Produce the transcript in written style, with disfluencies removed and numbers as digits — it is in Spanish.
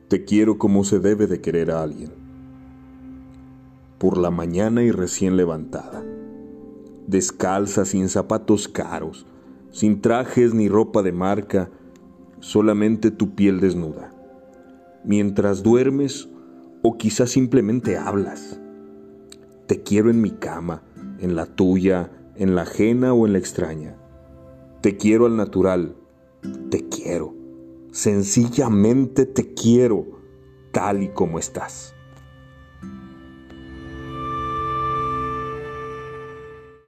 Te quiero como se debe de querer a alguien. Por la mañana y recién levantada, descalza, sin zapatos caros, sin trajes ni ropa de marca, solamente tu piel desnuda. Mientras duermes o quizás simplemente hablas. Te quiero en mi cama, en la tuya, en la ajena o en la extraña. Te quiero al natural. Te quiero. Sencillamente te quiero, tal y como estás.